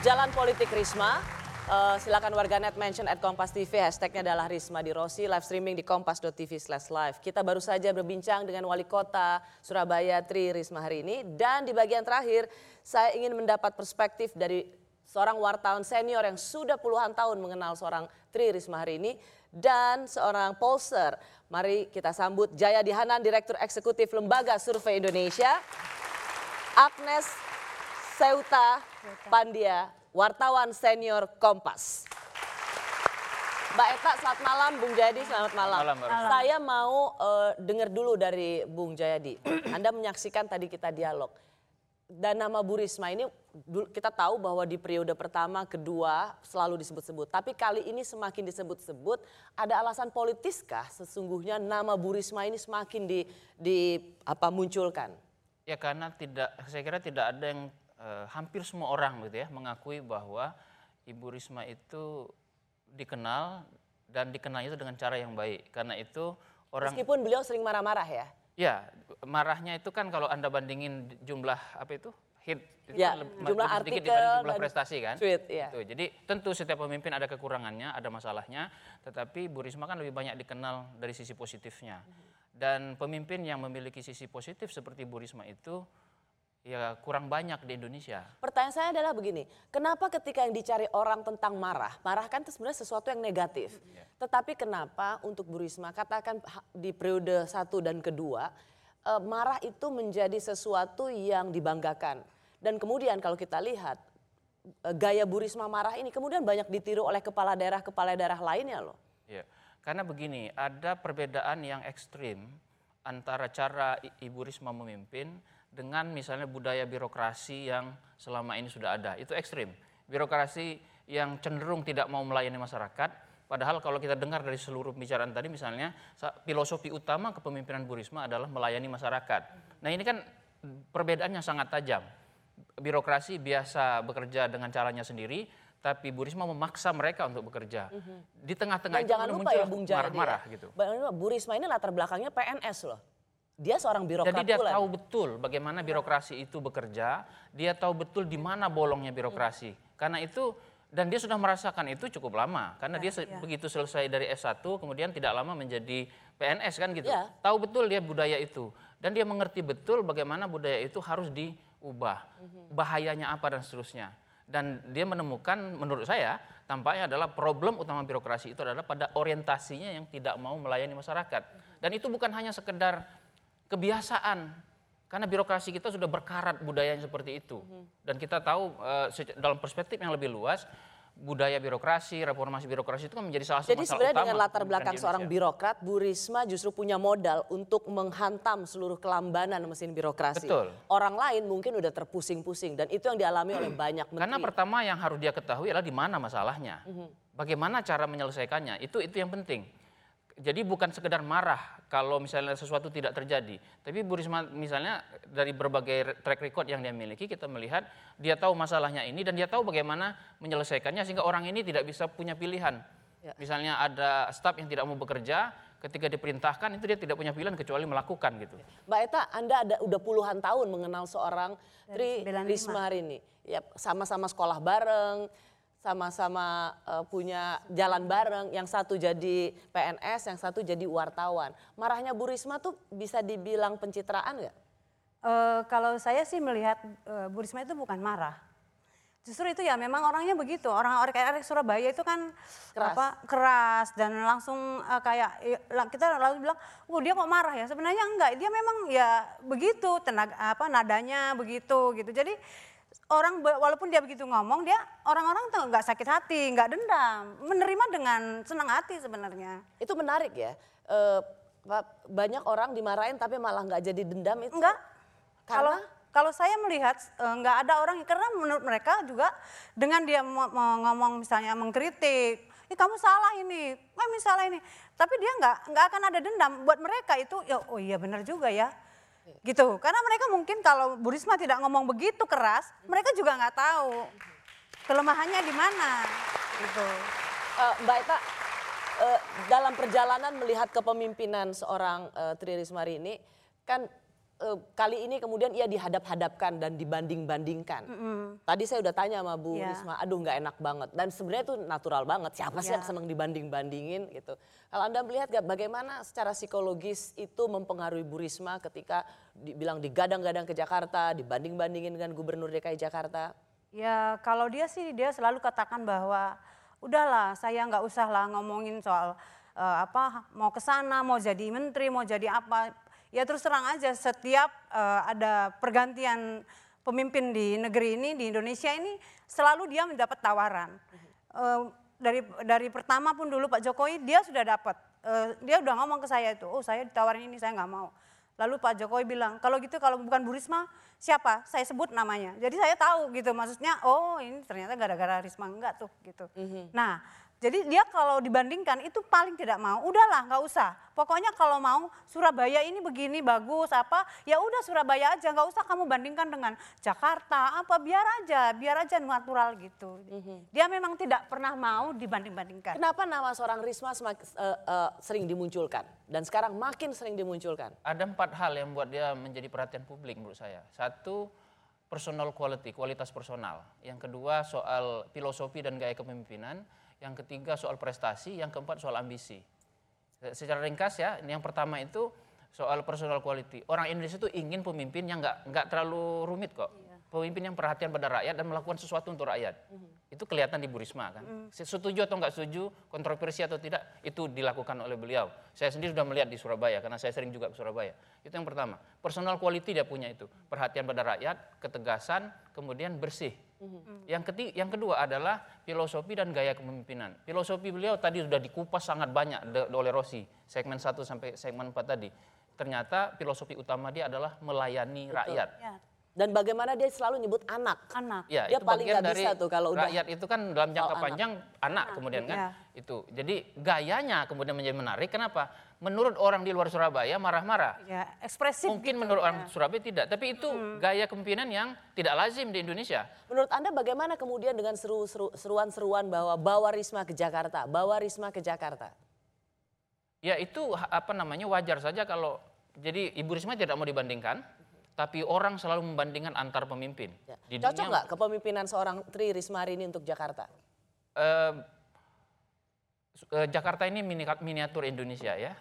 Jalan Politik Risma. Silakan warganet mention @Kompas TV, hashtagnya adalah Risma di Rossi, live streaming di kompas.tv/live. Kita baru saja berbincang dengan Wali Kota Surabaya Tri Risma hari ini. Dan di bagian terakhir saya ingin mendapat perspektif dari seorang wartawan senior yang sudah puluhan tahun mengenal seorang Tri Risma hari ini. Dan seorang pollster, mari kita sambut Jayadi Hanan, Direktur Eksekutif Lembaga Survei Indonesia. Agnes Seuta Pandia, wartawan senior Kompas. Mbak Eta, selamat malam. Bung Jayadi, selamat malam. Saya mau dengar dulu dari Bung Jayadi. Anda menyaksikan tadi kita dialog. Dan nama Bu Risma ini kita tahu bahwa di periode pertama, kedua selalu disebut-sebut. Tapi kali ini semakin disebut-sebut. Ada alasan politiskah sesungguhnya nama Bu Risma ini semakin munculkan? Ya karena saya kira tidak ada yang hampir semua orang gitu ya mengakui bahwa Ibu Risma itu dikenal dan dikenalnya itu dengan cara yang baik. Karena itu orang meskipun beliau sering marah-marah ya. Ya, marahnya itu kan kalau Anda bandingin jumlah hit itu ya, lebih jumlah sedikit artikel dibanding jumlah prestasi kan. Tweet, ya. Jadi tentu setiap pemimpin ada kekurangannya, ada masalahnya, tetapi Bu Risma kan lebih banyak dikenal dari sisi positifnya. Dan pemimpin yang memiliki sisi positif seperti Bu Risma itu ya kurang banyak di Indonesia. Pertanyaan saya adalah begini, kenapa ketika yang dicari orang tentang marah kan itu sebenarnya sesuatu yang negatif. Tetapi kenapa untuk Bu Risma, katakan di periode 1 dan kedua, marah itu menjadi sesuatu yang dibanggakan. Dan kemudian kalau kita lihat, gaya Bu Risma marah ini kemudian banyak ditiru oleh kepala daerah lainnya loh. Ya, karena begini, ada perbedaan yang ekstrim antara cara Ibu Risma memimpin dengan misalnya budaya birokrasi yang selama ini sudah ada. Itu ekstrim. Birokrasi yang cenderung tidak mau melayani masyarakat. Padahal kalau kita dengar dari seluruh pembicaraan tadi misalnya, filosofi utama kepemimpinan Bu Risma adalah melayani masyarakat. Nah ini kan perbedaannya sangat tajam. Birokrasi biasa bekerja dengan caranya sendiri, tapi Bu Risma memaksa mereka untuk bekerja. Di tengah-tengah itu muncul marah-marah gitu. Bu Risma ini latar belakangnya PNS loh. Dia seorang birokrat. Jadi dia tahu betul bagaimana birokrasi itu bekerja, dia tahu betul di mana bolongnya birokrasi. Karena itu, dan dia sudah merasakan itu cukup lama. Karena dia begitu selesai dari S1, kemudian tidak lama menjadi PNS kan gitu. Tahu betul dia budaya itu. Dan dia mengerti betul bagaimana budaya itu harus diubah. Bahayanya apa dan seterusnya. Dan dia menemukan, menurut saya, tampaknya adalah problem utama birokrasi itu adalah pada orientasinya yang tidak mau melayani masyarakat. Dan itu bukan hanya sekedar kebiasaan, karena birokrasi kita sudah berkarat budayanya seperti itu. Dan kita tahu dalam perspektif yang lebih luas, budaya birokrasi, reformasi birokrasi itu kan menjadi salah satu masalah utama. Jadi sebenarnya dengan latar belakang seorang birokrat, Bu Risma justru punya modal untuk menghantam seluruh kelambanan mesin birokrasi. Betul. Orang lain mungkin udah terpusing-pusing dan itu yang dialami oleh banyak menteri. Karena pertama yang harus dia ketahui adalah di mana masalahnya. Bagaimana cara menyelesaikannya, itu yang penting. Jadi bukan sekedar marah kalau misalnya sesuatu tidak terjadi. Tapi Bu Risma misalnya dari berbagai track record yang dia miliki kita melihat dia tahu masalahnya ini dan dia tahu bagaimana menyelesaikannya sehingga orang ini tidak bisa punya pilihan. Misalnya ada staf yang tidak mau bekerja, ketika diperintahkan itu dia tidak punya pilihan kecuali melakukan gitu. Mbak Eta, Anda udah puluhan tahun mengenal seorang Tri Risma hari ini. Ya, sama-sama sekolah bareng, sama-sama punya jalan bareng, yang satu jadi PNS, yang satu jadi wartawan. Marahnya Bu Risma tuh bisa dibilang pencitraan nggak? Kalau saya sih melihat Bu Risma itu bukan marah. Justru itu ya memang orangnya begitu. Orang-orang kayak Surabaya itu kan keras dan langsung kita lalu bilang, dia kok marah ya? Sebenarnya enggak, dia memang ya begitu, nadanya begitu gitu. Jadi orang walaupun dia begitu ngomong, orang-orang tuh nggak sakit hati, nggak dendam, menerima dengan senang hati sebenarnya. Itu menarik ya, banyak orang dimarahin tapi malah nggak jadi dendam itu. Enggak, karena kalau saya melihat nggak ada orang, karena menurut mereka juga dengan dia ngomong misalnya mengkritik, kamu salah ini, kamu salah ini, tapi dia nggak akan ada dendam. Buat mereka itu, oh iya benar juga ya. Gitu, karena mereka mungkin kalau Bu Risma tidak ngomong begitu keras, mereka juga nggak tahu kelemahannya di mana. Gitu. Mbak Eta, dalam perjalanan melihat kepemimpinan seorang Tri Risma hari ini, kan kali ini kemudian ia dihadap-hadapkan dan dibanding-bandingkan. Tadi saya udah tanya sama Bu Risma, aduh nggak enak banget. Dan sebenarnya itu natural banget, siapa sih yang seneng dibanding-bandingin gitu. Kalau Anda melihat bagaimana secara psikologis itu mempengaruhi Bu Risma ketika dibilang digadang-gadang ke Jakarta, dibanding-bandingin dengan Gubernur DKI Jakarta? Ya kalau dia sih dia selalu katakan bahwa udahlah saya nggak usah lah ngomongin soal mau ke sana, mau jadi menteri, mau jadi apa. Ya terus terang aja setiap ada pergantian pemimpin di negeri ini, di Indonesia ini selalu dia mendapat tawaran. Dari pertama pun dulu Pak Jokowi dia sudah dapat. Dia udah ngomong ke saya itu, oh saya ditawarin ini saya nggak mau. Lalu Pak Jokowi bilang, kalau gitu kalau bukan Bu Risma siapa? Saya sebut namanya. Jadi saya tahu gitu maksudnya, oh ini ternyata gara-gara Risma enggak tuh gitu. Nah jadi dia kalau dibandingkan itu paling tidak mau, udahlah nggak usah. Pokoknya kalau mau Surabaya ini begini bagus apa, ya udah Surabaya aja, nggak usah kamu bandingkan dengan Jakarta apa, biar aja natural gitu. Dia memang tidak pernah mau dibanding-bandingkan. Kenapa nama seorang Risma sering dimunculkan dan sekarang makin sering dimunculkan? Ada 4 hal yang membuat dia menjadi perhatian publik menurut saya. Satu, personal quality, kualitas personal. Yang kedua soal filosofi dan gaya kepemimpinan. Yang ketiga soal prestasi, yang keempat soal ambisi. Secara ringkas ya, yang pertama itu soal personal quality. Orang Indonesia itu ingin pemimpin yang nggak terlalu rumit kok. Pemimpin yang perhatian pada rakyat dan melakukan sesuatu untuk rakyat. Itu kelihatan di Bu Risma kan. Setuju atau nggak setuju, kontroversi atau tidak, itu dilakukan oleh beliau. Saya sendiri sudah melihat di Surabaya karena saya sering juga ke Surabaya. Itu yang pertama. Personal quality dia punya itu. Perhatian pada rakyat, ketegasan, kemudian bersih. Yang kedua adalah filosofi dan gaya kepemimpinan. Filosofi beliau tadi sudah dikupas sangat banyak oleh Rossi, segmen 1 sampai segmen 4 tadi. Ternyata filosofi utama dia adalah melayani rakyat. Ya. Dan bagaimana dia selalu nyebut anak. Ya, Dia itu paling bagian nggak dari bisa tuh kalau udah rakyat itu kan dalam jangka panjang anak kemudian kan. Ya. Itu. Jadi gayanya kemudian menjadi menarik. Kenapa? Menurut orang di luar Surabaya marah-marah. Ya, ekspresif. Mungkin menurut orang Surabaya tidak, tapi itu gaya kepemimpinan yang tidak lazim di Indonesia. Menurut Anda bagaimana kemudian dengan seruan-seruan bahwa bawa Risma ke Jakarta, bawa Risma ke Jakarta? Ya itu wajar saja kalau jadi Ibu Risma tidak mau dibandingkan, tapi orang selalu membandingkan antar pemimpin. Ya. Di Cocok dunia- nggak kepemimpinan seorang Tri Risma hari ini untuk Jakarta? Jakarta ini miniatur Indonesia ya,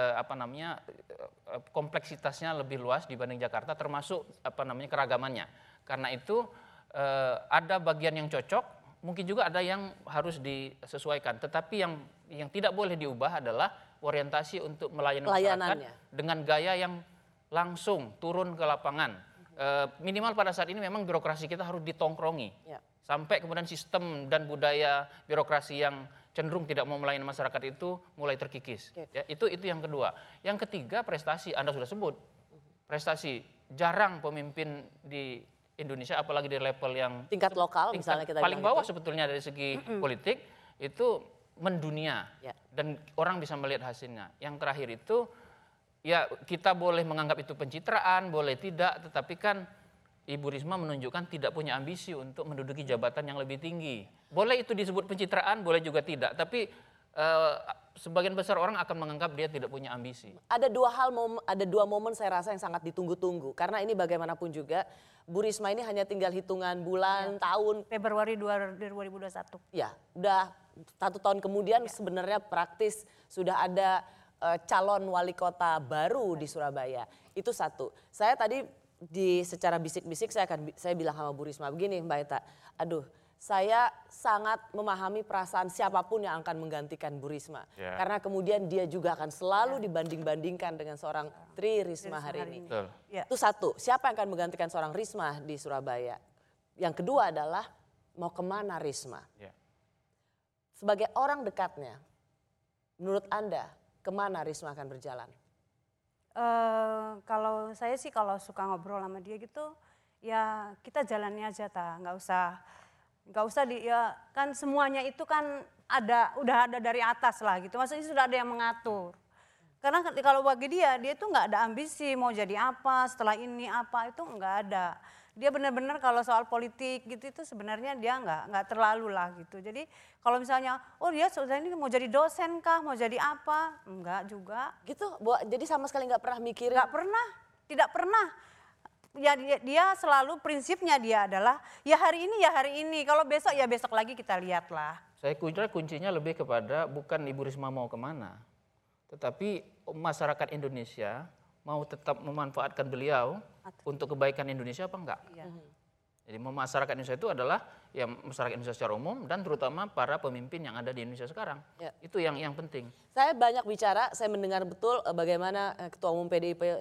kompleksitasnya lebih luas dibanding Jakarta, termasuk keragamannya. Karena itu ada bagian yang cocok, mungkin juga ada yang harus disesuaikan. Tetapi yang tidak boleh diubah adalah orientasi untuk melayani masyarakat dengan gaya yang langsung turun ke lapangan. Minimal pada saat ini memang birokrasi kita harus ditongkrongi. Ya. Sampai kemudian sistem dan budaya birokrasi yang cenderung tidak mau melayani masyarakat itu mulai terkikis. Ya, itu yang kedua. Yang ketiga prestasi, Anda sudah sebut. Prestasi, jarang pemimpin di Indonesia apalagi di level yang Tingkat lokal misalnya kita paling bilang bawah gitu. sebetulnya dari segi politik itu mendunia. Ya. Dan orang bisa melihat hasilnya. Yang terakhir itu ya kita boleh menganggap itu pencitraan, boleh tidak, tetapi kan Ibu Risma menunjukkan tidak punya ambisi untuk menduduki jabatan yang lebih tinggi. Boleh itu disebut pencitraan, boleh juga tidak. Tapi sebagian besar orang akan menganggap dia tidak punya ambisi. Ada dua momen saya rasa yang sangat ditunggu-tunggu. Karena ini bagaimanapun juga Bu Risma ini hanya tinggal hitungan bulan, tahun. Februari 2021. Ya, udah 1 tahun kemudian sebenarnya praktis sudah ada calon wali kota baru di Surabaya. Itu satu. Saya tadi secara bisik-bisik saya bilang sama Bu Risma begini, Mbak Eta. Aduh, saya sangat memahami perasaan siapapun yang akan menggantikan Bu Risma. Ya. Karena kemudian dia juga akan selalu dibanding-bandingkan dengan seorang Tri Risma hari ini. Betul. Ya. Itu satu, siapa yang akan menggantikan seorang Risma di Surabaya? Yang kedua adalah mau kemana Risma? Ya. Sebagai orang dekatnya, menurut Anda kemana Risma akan berjalan? Kalau saya sih kalau suka ngobrol sama dia gitu, ya kita jalani aja nggak usah ya kan semuanya itu kan udah ada dari atas lah gitu, maksudnya sudah ada yang mengatur. Karena kalau bagi dia tuh nggak ada ambisi mau jadi apa setelah ini apa, itu nggak ada. Dia benar-benar kalau soal politik gitu itu sebenarnya dia nggak terlalu lah gitu. Jadi kalau misalnya dia sudah ini mau jadi dosen kah, mau jadi apa, enggak juga. Gitu, jadi sama sekali nggak pernah mikirin. Nggak pernah. Tidak pernah. Ya dia selalu prinsipnya dia adalah ya hari ini, kalau besok ya besok lagi kita lihatlah. Saya kira kuncinya lebih kepada bukan Ibu Risma mau kemana, tetapi masyarakat Indonesia mau tetap memanfaatkan beliau untuk kebaikan Indonesia apa enggak. Iya. Jadi masyarakat Indonesia itu adalah ya masyarakat Indonesia secara umum dan terutama para pemimpin yang ada di Indonesia sekarang. Ya. Itu yang penting. Saya banyak bicara, saya mendengar betul bagaimana Ketua Umum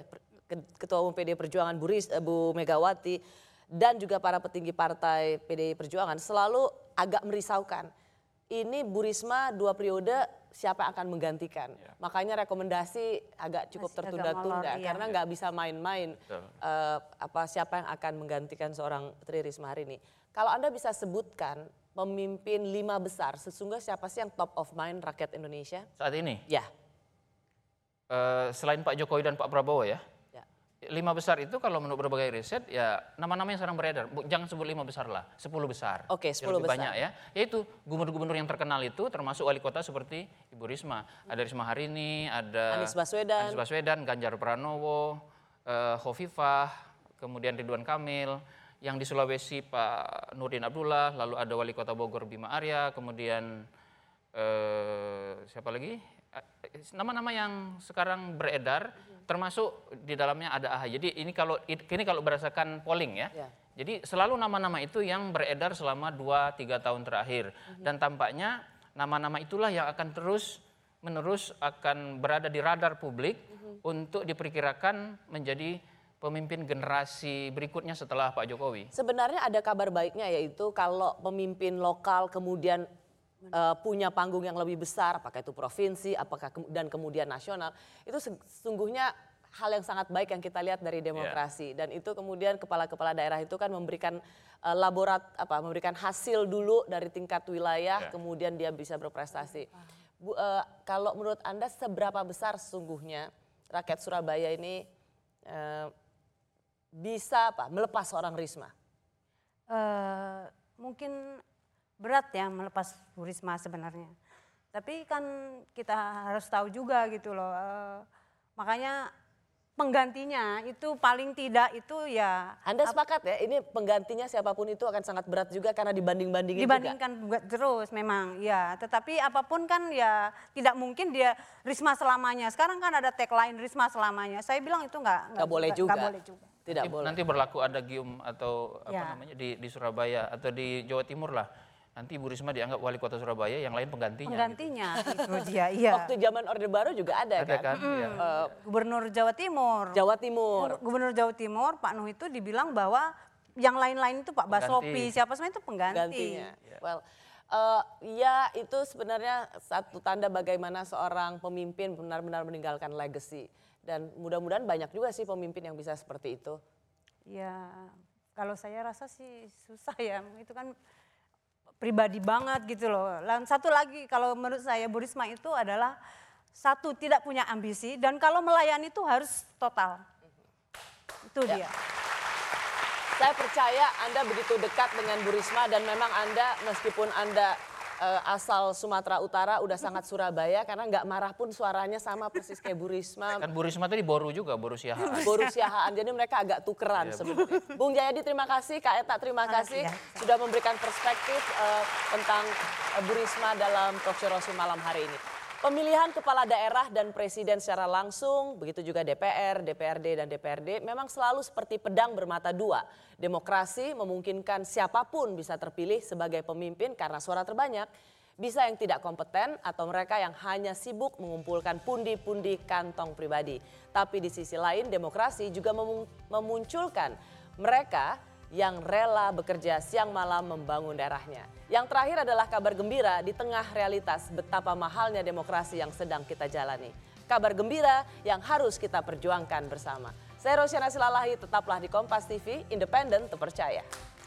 PDI Perjuangan Bu Megawati dan juga para petinggi partai PDI Perjuangan selalu agak merisaukan. Ini Bu Risma 2 periode siapa yang akan menggantikan. Ya. Makanya rekomendasi agak cukup tertunda-tunda karena nggak bisa main-main siapa yang akan menggantikan seorang Tri Risma hari ini. Kalau Anda bisa sebutkan pemimpin 5 besar, sesungguhnya siapa sih yang top of mind rakyat Indonesia? Saat ini? Ya. Selain Pak Jokowi dan Pak Prabowo ya? 5 besar itu kalau menurut berbagai riset ya nama-nama yang sekarang beredar, jangan sebut 5 besar lah, 10 besar. Oke, 10 lebih besar. Banyak ya, yaitu gubernur-gubernur yang terkenal itu termasuk wali kota seperti Ibu Risma. Ada Risma Harini, ada Anies Baswedan, Ganjar Pranowo, Khofifah, kemudian Ridwan Kamil, yang di Sulawesi Pak Nurdin Abdullah, lalu ada wali kota Bogor Bima Arya, kemudian siapa lagi? Nama-nama yang sekarang beredar termasuk di dalamnya ada AHY. Jadi ini kalau berdasarkan polling ya. Jadi selalu nama-nama itu yang beredar selama 2-3 tahun terakhir dan tampaknya nama-nama itulah yang akan terus-menerus akan berada di radar publik untuk diperkirakan menjadi pemimpin generasi berikutnya setelah Pak Jokowi. Sebenarnya ada kabar baiknya yaitu kalau pemimpin lokal kemudian punya panggung yang lebih besar, apakah itu provinsi, dan kemudian nasional, itu sesungguhnya hal yang sangat baik yang kita lihat dari demokrasi. Dan itu kemudian kepala-kepala daerah itu kan memberikan memberikan hasil dulu dari tingkat wilayah, kemudian dia bisa berprestasi. Kalau menurut Anda seberapa besar sesungguhnya rakyat Surabaya ini bisa melepas seorang Risma? Mungkin berat ya melepas Bu Risma sebenarnya. Tapi kan kita harus tahu juga gitu loh. Makanya penggantinya itu paling tidak itu ya. Anda sepakat ya ini penggantinya siapapun itu akan sangat berat juga karena dibanding-bandingin juga? Dibandingkan terus memang ya. Tetapi apapun kan ya tidak mungkin dia Risma selamanya. Sekarang kan ada tagline Risma selamanya. Saya bilang itu nggak boleh juga. Nggak boleh juga. Tidak boleh. Nanti berlaku ada gium atau di Surabaya atau di Jawa Timur lah. Nanti Ibu Risma dianggap wali kota Surabaya, yang lain penggantinya. Penggantinya gitu. Itu dia, iya. Waktu zaman Orde Baru juga ada kan? Gubernur Jawa Timur. Gubernur Jawa Timur, Pak Nuh itu dibilang bahwa yang lain-lain itu Pak Basopi, siapa semua itu penggantinya. Well, ya itu sebenarnya satu tanda bagaimana seorang pemimpin benar-benar meninggalkan legacy. Dan mudah-mudahan banyak juga sih pemimpin yang bisa seperti itu. Ya, kalau saya rasa sih susah ya, itu kan pribadi banget gitu loh. Dan satu lagi kalau menurut saya Bu Risma itu adalah satu tidak punya ambisi dan kalau melayani itu harus total. Itu dia. Saya percaya Anda begitu dekat dengan Bu Risma dan memang Anda meskipun Anda asal Sumatera Utara udah sangat Surabaya karena nggak marah pun suaranya sama persis kayak Bu Risma. Kan Bu Risma tadi Boru juga, Boru Siahaan. Boru Siahaan, jadi mereka agak tukeran sebenarnya. Bung Jayadi terima kasih, Kak Eta terima kasih sudah memberikan perspektif tentang Bu Risma dalam talk show Rosi malam hari ini. Pemilihan kepala daerah dan presiden secara langsung, begitu juga DPR, DPRD, dan DPRD memang selalu seperti pedang bermata dua. Demokrasi memungkinkan siapapun bisa terpilih sebagai pemimpin karena suara terbanyak, bisa yang tidak kompeten atau mereka yang hanya sibuk mengumpulkan pundi-pundi kantong pribadi. Tapi di sisi lain demokrasi juga memunculkan mereka yang rela bekerja siang malam membangun daerahnya. Yang terakhir adalah kabar gembira di tengah realitas betapa mahalnya demokrasi yang sedang kita jalani. Kabar gembira yang harus kita perjuangkan bersama. Saya Rosyana Silalahi, tetaplah di Kompas TV, independen terpercaya.